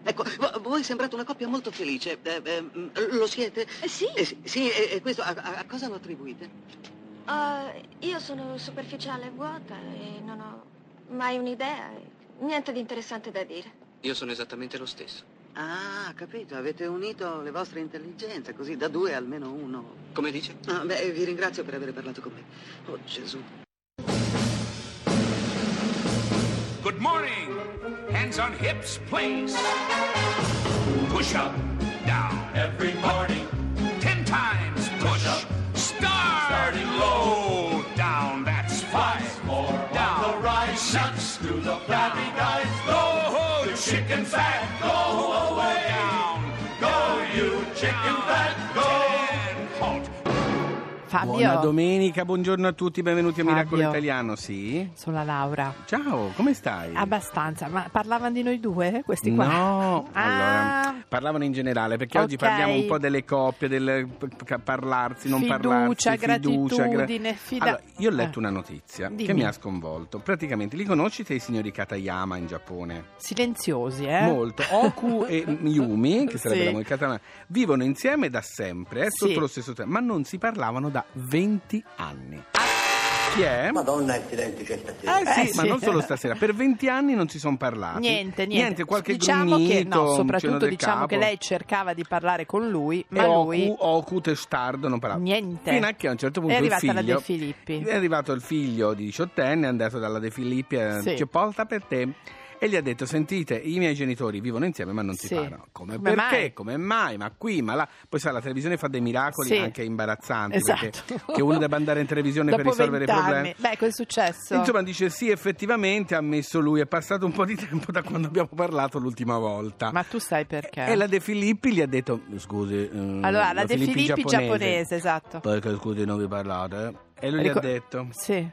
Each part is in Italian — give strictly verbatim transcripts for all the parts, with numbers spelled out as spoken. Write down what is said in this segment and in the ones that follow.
Ecco, voi sembrate una coppia molto felice. Eh, eh, lo siete? Eh, sì. Eh, sì, sì, e, e questo a, a, a cosa lo attribuite? Uh, io sono superficiale e vuota e non ho mai un'idea. Niente di interessante da dire. Io sono esattamente lo stesso. Ah, capito, avete unito le vostre intelligenze, così da due almeno uno. Come dice? Ah, beh, vi ringrazio per aver parlato con me. Oh, Gesù. Good morning. Hands on hips, please. Push up, down. Every morning. Ten times push up. Start. Starting low. Down, that's five. More down. On the rise. Six. Through the flabby guys. Go, the chicken fat. Go away. Down. Go, you chicken fat. Go. Ten. Halt. Fabio. Buona domenica, buongiorno a tutti, benvenuti a Fabio. Miracolo Italiano, sì? Sono la Laura. Ciao, come stai? Abbastanza, ma parlavano di noi due, questi qua? No, Ah. allora, parlavano in generale, perché oggi Ok. parliamo un po' delle coppie, del p- parlarsi, non Fiducia, parlarsi, fiducia, gratitudine, fida- Allora, io ho letto Eh. una notizia Dimmi. che mi ha sconvolto. Praticamente, li conoscete i signori Katayama in Giappone? Silenziosi, eh? Molto. Oku e Yumi, che sarebbe Sì. la moglie Katayama, vivono insieme da sempre, eh, Sì. sotto lo stesso tempo, ma non si parlavano da venti anni. Chi è? Madonna, accidenti c'è stasera. Eh sì, Eh, ma sì. non solo stasera, per venti anni non si sono parlati. Niente, niente. qualche diciamo che, grugnito, no, un cenno soprattutto del diciamo capo. che lei cercava di parlare con lui, E ma lui Oku, Oku testardo non parlava. niente. Fino a che a un certo punto è il arrivata la figlio De Filippi. è arrivato il figlio di diciottenne, è andato dalla De Filippi e Sì. dice porta per te. E gli ha detto, sentite, i miei genitori vivono insieme ma non si Sì. parlano. Come, Come perché? mai? Come mai? Ma qui, ma là. Poi sa, la televisione fa dei miracoli Sì. anche imbarazzanti. Esatto. Perché che uno debba andare in televisione per Dopo risolvere i vent'anni. problemi. Beh, cosa è successo? Insomma, dice sì, effettivamente ha ammesso lui, è passato un po' di tempo da quando abbiamo parlato l'ultima volta. Ma tu sai perché? E la De Filippi gli ha detto, scusi, eh, Allora, la De Filippi giapponese, esatto. perché scusi non vi parlate? E lui Rico- gli ha detto, Sì.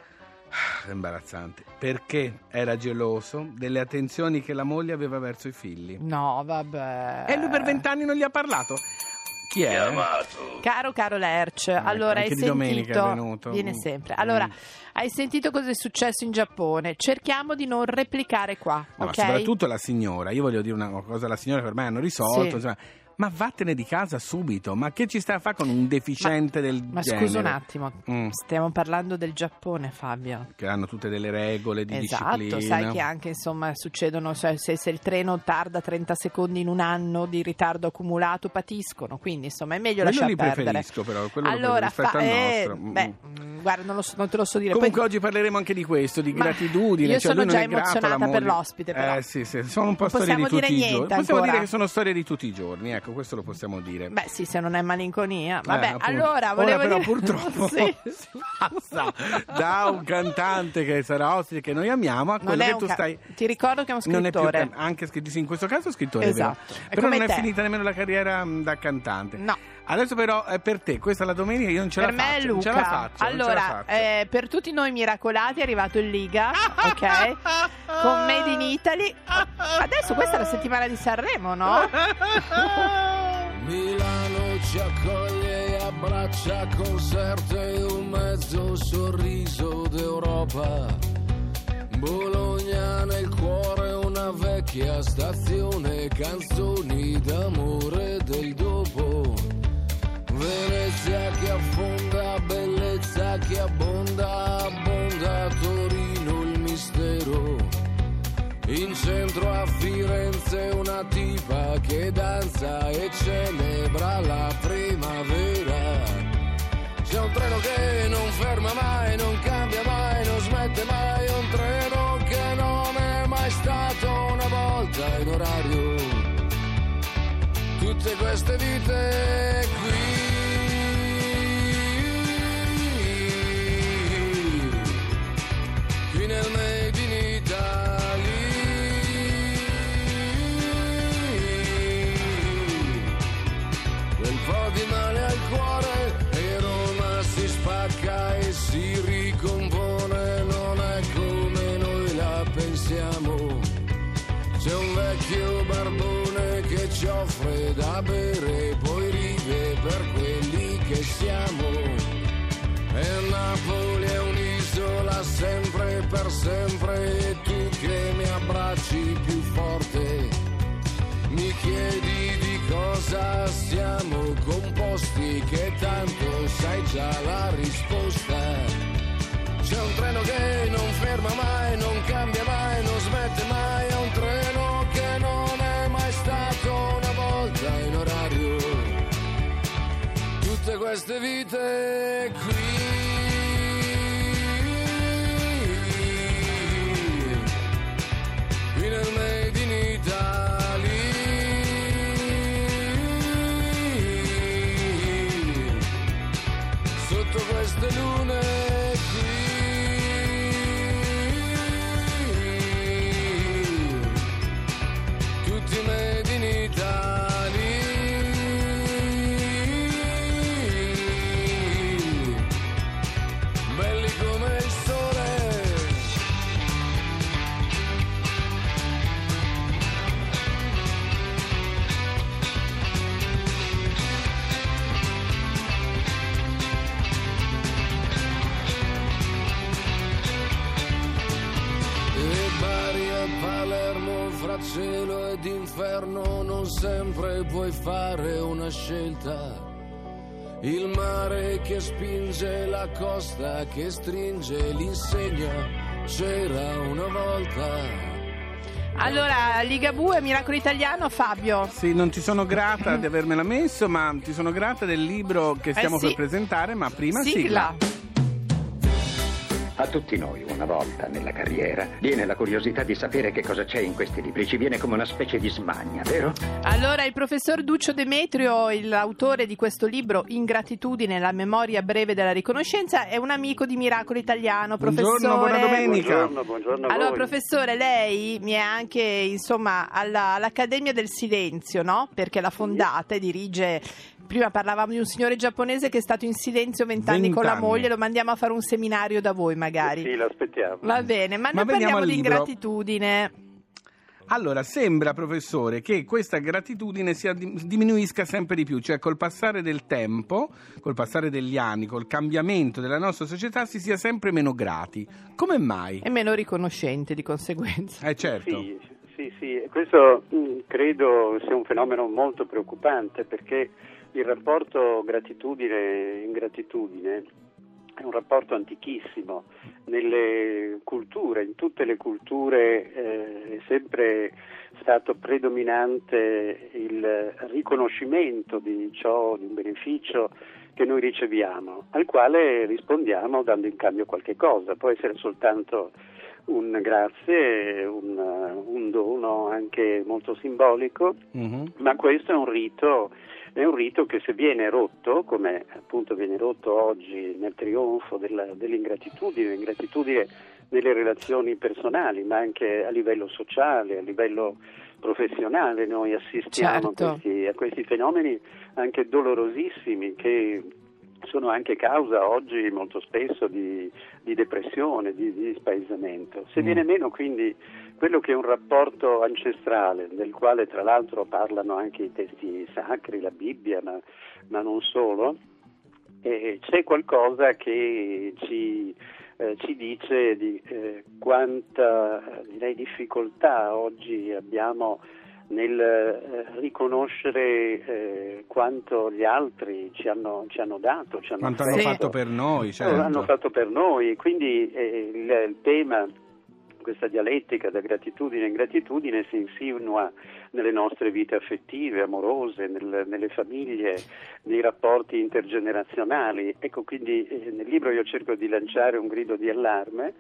è imbarazzante, perché era geloso delle attenzioni che la moglie aveva verso i figli. No, vabbè. E lui per vent'anni non gli ha parlato. Chi è? Caro, caro Lerch, allora anche hai di domenica sentito... è venuto. Viene sempre. Allora, Mm. hai sentito cosa è successo in Giappone? Cerchiamo di non replicare qua, No, ma ok? soprattutto la signora, io voglio dire una cosa, la signora per me hanno risolto, Sì. insomma, ma vattene di casa subito, ma che ci stai a fare con un deficiente del Ma genere? scusa un attimo, Mm. stiamo parlando del Giappone, Fabio. Che hanno tutte delle regole di Esatto, disciplina. sai che anche insomma succedono, cioè, se, se il treno tarda trenta secondi in un anno di ritardo accumulato patiscono, quindi insomma è meglio Quello lasciar li perdere. preferisco però, quello lo allora, preferisco rispetto fa- al eh, nostro. Mm. beh, mm, guarda, non, lo so- non te lo so dire. Comunque Poi- oggi parleremo anche di questo, di Ma gratitudine. io cioè, sono lui non già è grato alla emozionata per moglie. l'ospite, però. Eh sì, sì, sono un po' Non storie di possiamo tutti dire i giorni. niente Possiamo ancora. dire che sono storie di tutti i giorni, ecco, questo lo possiamo dire. Beh sì, se non è malinconia. Vabbè, Eh, appunto. allora Ora volevo però dire... purtroppo Sì. si passa da un cantante che sarà ospite che noi amiamo a Non quello è che un tu ca- stai. Ti ricordo che è un Non è più scrittore. can- anche scritto, sì, in questo caso scrittore, è vero. Esatto. È Però come non è te. finita nemmeno la carriera mh, da cantante. No. Adesso però è per te, questa è la domenica, io non ce Per la me è faccio. Non ce la Luca. faccio, non ce la Allora, faccio. eh, per tutti noi miracolati è arrivato il Liga, ok? Con Made in Italy. Adesso questa è la settimana di Sanremo, no? Milano ci accoglie e abbraccia concerto e un mezzo sorriso d'Europa. Bologna nel cuore, una vecchia stazione, canzoni d'amore del dopo. Venezia che affonda, bellezza che abbonda, abbonda Torino il mistero. In centro a Firenze una tipa che danza e celebra la primavera. C'è un treno che non ferma mai, non cambia mai, non smette mai, un treno che non è mai stato una volta in orario. Tutte queste vite qui, qui nel Made in Italy. Quel po' di male al cuore e Roma si spacca e si ricompone, non è come noi la pensiamo. C'è un vecchio barbone che ci offre da bere, poi ride per quelli che siamo. E Napoli è un'isola sempre per sempre, e tu che mi abbracci più forte. mi chiedi di cosa siamo composti, che tanto sai già la risposta. C'è un treno che non ferma mai, non cambia mai, non smette mai, è un treno che non è mai stato una volta in orario. Tutte queste vite qui, qui nel Made in Italy, sotto queste lune qui, tutti Made in Italy, belli come il sole. Palermo, fra cielo ed inferno, non sempre puoi fare una scelta. Il mare che spinge, la costa che stringe, l'insegna c'era una volta. Allora, Ligabue, Miracolo Italiano, Fabio. Sì, non ti sono grata di avermela messo, ma ti sono grata del libro che stiamo eh sì. per presentare, ma prima sigla. Sigla. A tutti noi, una volta nella carriera, viene la curiosità di sapere che cosa c'è in questi libri. Ci viene come una specie di smania, vero? Allora, il professor Duccio Demetrio, l'autore di questo libro Ingratitudine, la memoria breve della riconoscenza, è un amico di Miracolo Italiano. Professore... Buongiorno, buona domenica. Buongiorno, buongiorno a Allora, voi. professore, lei mi è anche, insomma, alla, all'Accademia del Silenzio, no? Perché la fondata e dirige... Prima parlavamo di un signore giapponese che è stato in silenzio vent'anni con la moglie, lo mandiamo a fare un seminario da voi magari. Sì, l'aspettiamo. Va bene, ma, Ma noi veniamo parliamo al di libro. ingratitudine. Allora, sembra, professore, che questa gratitudine sia, diminuisca sempre di più, cioè col passare del tempo, col passare degli anni, col cambiamento della nostra società si sia sempre meno grati. Come mai? E meno riconoscente di conseguenza. Eh certo. Sì, sì, sì. Questo mh, credo sia un fenomeno molto preoccupante, perché il rapporto gratitudine-ingratitudine è un rapporto antichissimo. Nelle culture, in tutte le culture, eh, è sempre stato predominante il riconoscimento di ciò, di un beneficio che noi riceviamo, al quale rispondiamo dando in cambio qualche cosa. Può essere soltanto un grazie, un, un dono anche molto simbolico, Mm-hmm. ma questo è un rito È un rito che, se viene rotto, come appunto viene rotto oggi nel trionfo della, dell'ingratitudine, ingratitudine nelle relazioni personali, ma anche a livello sociale, a livello professionale, noi assistiamo Certo. a, questi, a questi fenomeni anche dolorosissimi, che sono anche causa oggi molto spesso di, di depressione, di, di spaesamento. Se Mm. viene meno quindi quello che è un rapporto ancestrale, del quale tra l'altro parlano anche i testi sacri, la Bibbia, ma, ma non solo, eh, c'è qualcosa che ci, eh, ci dice di eh, quanta direi, difficoltà oggi abbiamo nel eh, riconoscere eh, quanto gli altri ci hanno, ci hanno dato, ci hanno Quanto offerto. hanno fatto per noi, certo. Hanno fatto per noi, quindi eh, il, il tema, questa dialettica da gratitudine in gratitudine, si insinua nelle nostre vite affettive, amorose, nel, nelle famiglie, nei rapporti intergenerazionali. Ecco, quindi eh, nel libro io cerco di lanciare un grido di allarme,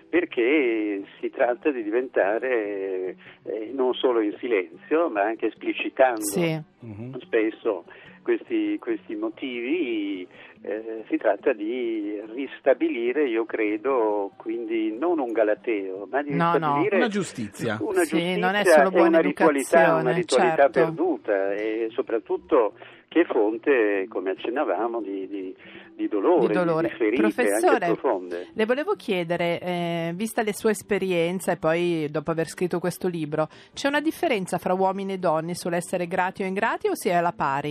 perché si tratta di diventare eh, non solo in silenzio, ma anche esplicitando Sì. Mhm. spesso questi, questi motivi. Eh, si tratta di ristabilire, io credo, quindi non un galateo, ma di No, no. ristabilire Una giustizia. una Sì, giustizia non è solo e buona una ritualità, una educazione, ritualità certo. perduta, e soprattutto che è fonte, come accennavamo, di, di, di dolore, Di dolore. di ferite Professore, anche profonde. le volevo chiedere, eh, vista le sue esperienze e poi dopo aver scritto questo libro, c'è una differenza fra uomini e donne sull'essere grati o ingrati, o si è alla pari?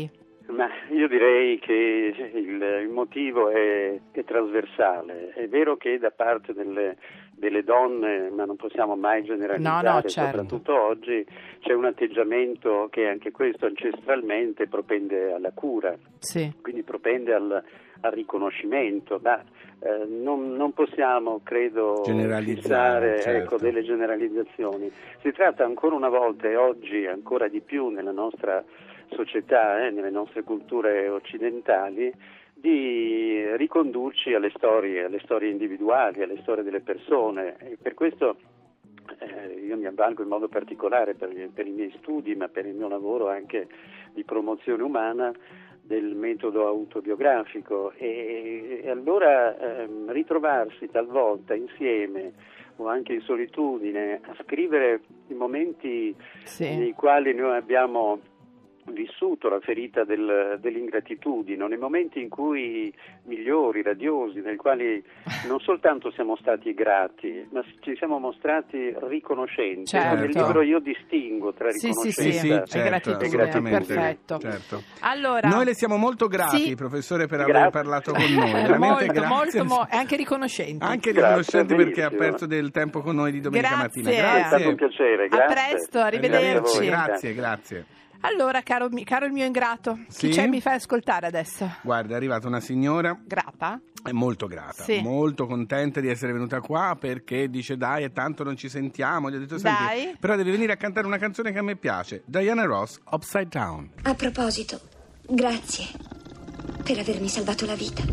Ma io direi che il, il motivo è, è trasversale. È vero che da parte delle, delle donne, ma non possiamo mai generalizzare, no, no, certo. soprattutto oggi, c'è un atteggiamento che anche questo ancestralmente propende alla cura, sì. quindi propende al, al riconoscimento, ma eh, non, non possiamo, credo, fissare certo. ecco, delle generalizzazioni. Si tratta ancora una volta, e oggi ancora di più nella nostra società, eh, nelle nostre culture occidentali, di ricondurci alle storie, alle storie individuali, alle storie delle persone, e per questo eh, io mi avvalgo in modo particolare per, per i miei studi, ma per il mio lavoro anche di promozione umana, del metodo autobiografico, e, e allora ehm, ritrovarsi talvolta insieme o anche in solitudine a scrivere i momenti sì. nei quali noi abbiamo vissuto la ferita del, dell'ingratitudine, nei momenti in cui migliori, radiosi, nei quali non soltanto siamo stati grati, ma ci siamo mostrati riconoscenti. Certo. Nel libro io distingo tra sì, riconoscenza sì, sì, e sì, certo, gratitudine. Perfetto. Certo. Allora, noi le siamo molto grati, sì. professore, per Grazie. aver parlato con noi. Veramente molto, grazie. molto, mo- e anche riconoscenti. Anche Grazie, riconoscenti perché ha benissimo. perso del tempo con noi di domenica Grazie. mattina. È stato Grazie. un piacere, A grazie. presto, arrivederci. Grazie a voi. Grazie, grazie. Allora, caro, mi- caro il mio ingrato, Sì? chi c'è mi fai ascoltare adesso? Guarda, è arrivata una signora, Grata? è molto grata, Sì. molto contenta di essere venuta qua perché dice dai, è tanto non ci sentiamo. Gli ho detto senti, Dai. però devi venire a cantare una canzone che a me piace, Diana Ross, Upside Down. A proposito, grazie per avermi salvato la vita.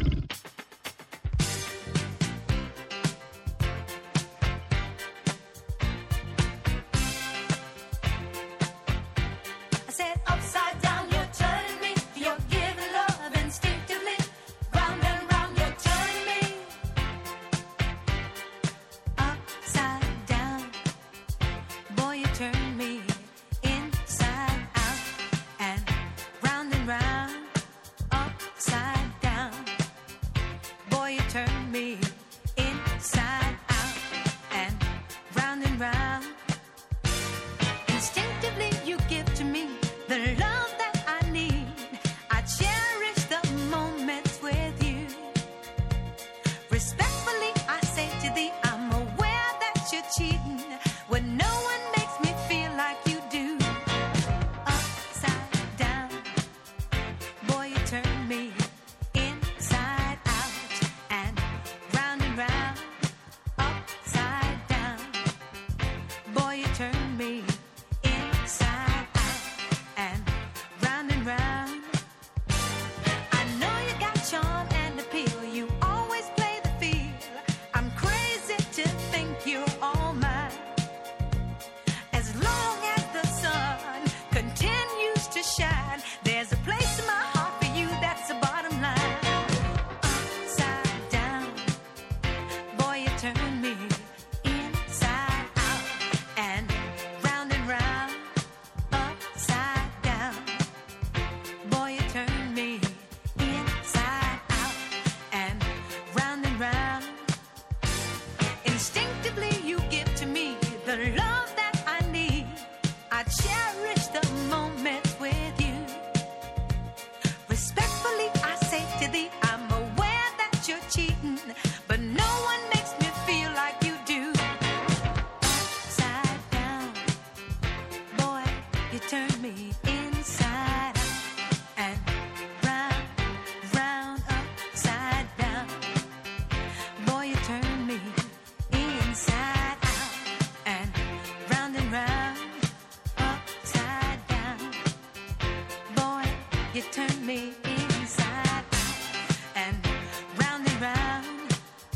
You turn me inside out and round and round,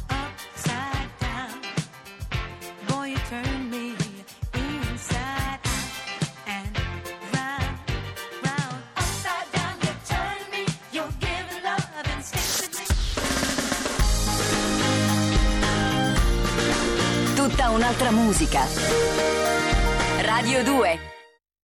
upside down. Boy, you turn me inside out and round, round, upside down. You turn me, you're giving love instinctively. Tutta un'altra musica. Radio due.